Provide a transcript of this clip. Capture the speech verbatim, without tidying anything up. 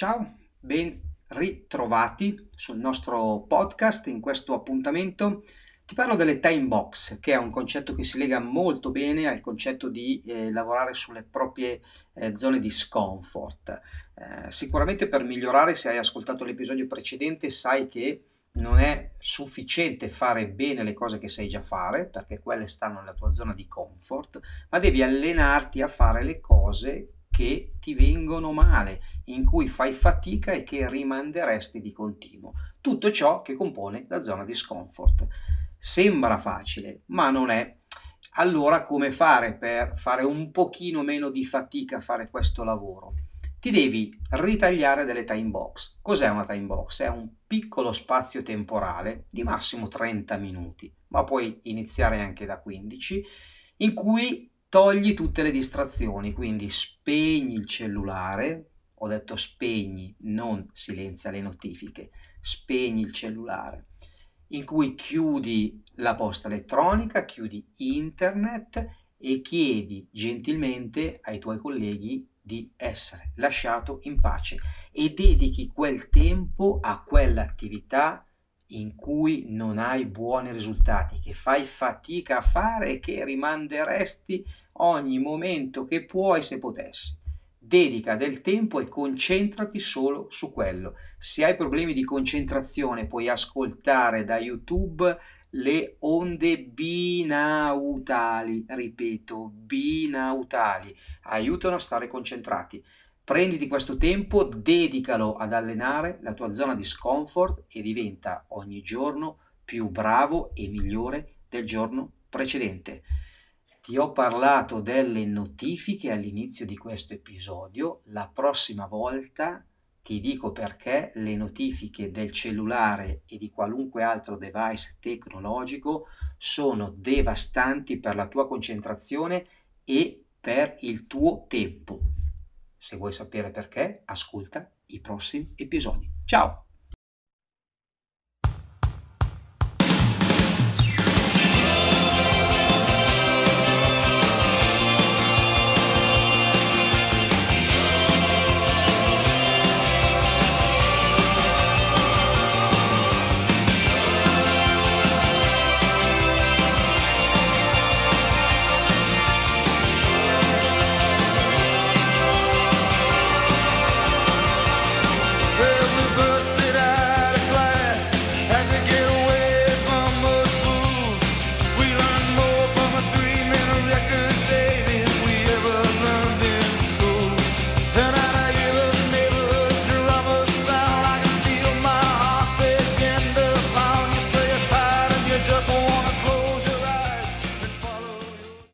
Ciao, ben ritrovati sul nostro podcast. In questo appuntamento ti parlo delle time box, che è un concetto che si lega molto bene al concetto di eh, lavorare sulle proprie eh, zone di scomfort. Eh, sicuramente per migliorare, se hai ascoltato l'episodio precedente, sai che non è sufficiente fare bene le cose che sai già fare, perché quelle stanno nella tua zona di comfort, ma devi allenarti a fare le cose che ti vengono male, in cui fai fatica e che rimanderesti di continuo. Tutto ciò che compone la zona di scomfort. Sembra facile, ma non è. Allora, come fare per fare un pochino meno di fatica a fare questo lavoro? Ti devi ritagliare delle time box. Cos'è una time box? È un piccolo spazio temporale di massimo trenta minuti, ma puoi iniziare anche da quindici, in cui togli tutte le distrazioni, quindi spegni il cellulare. Ho detto spegni, non silenzia le notifiche, spegni il cellulare, in cui chiudi la posta elettronica, chiudi internet e chiedi gentilmente ai tuoi colleghi di essere lasciato in pace e dedichi quel tempo a quell'attività in cui non hai buoni risultati, che fai fatica a fare e che rimanderesti ogni momento che puoi se potessi. Dedica del tempo e concentrati solo su quello. Se hai problemi di concentrazione, puoi ascoltare da YouTube le onde binaurali, ripeto, binaurali, aiutano a stare concentrati. Prenditi questo tempo, dedicalo ad allenare la tua zona di scomfort e diventa ogni giorno più bravo e migliore del giorno precedente. Ti ho parlato delle notifiche all'inizio di questo episodio. La prossima volta ti dico perché le notifiche del cellulare e di qualunque altro device tecnologico sono devastanti per la tua concentrazione e per il tuo tempo. Se vuoi sapere perché, ascolta i prossimi episodi. Ciao!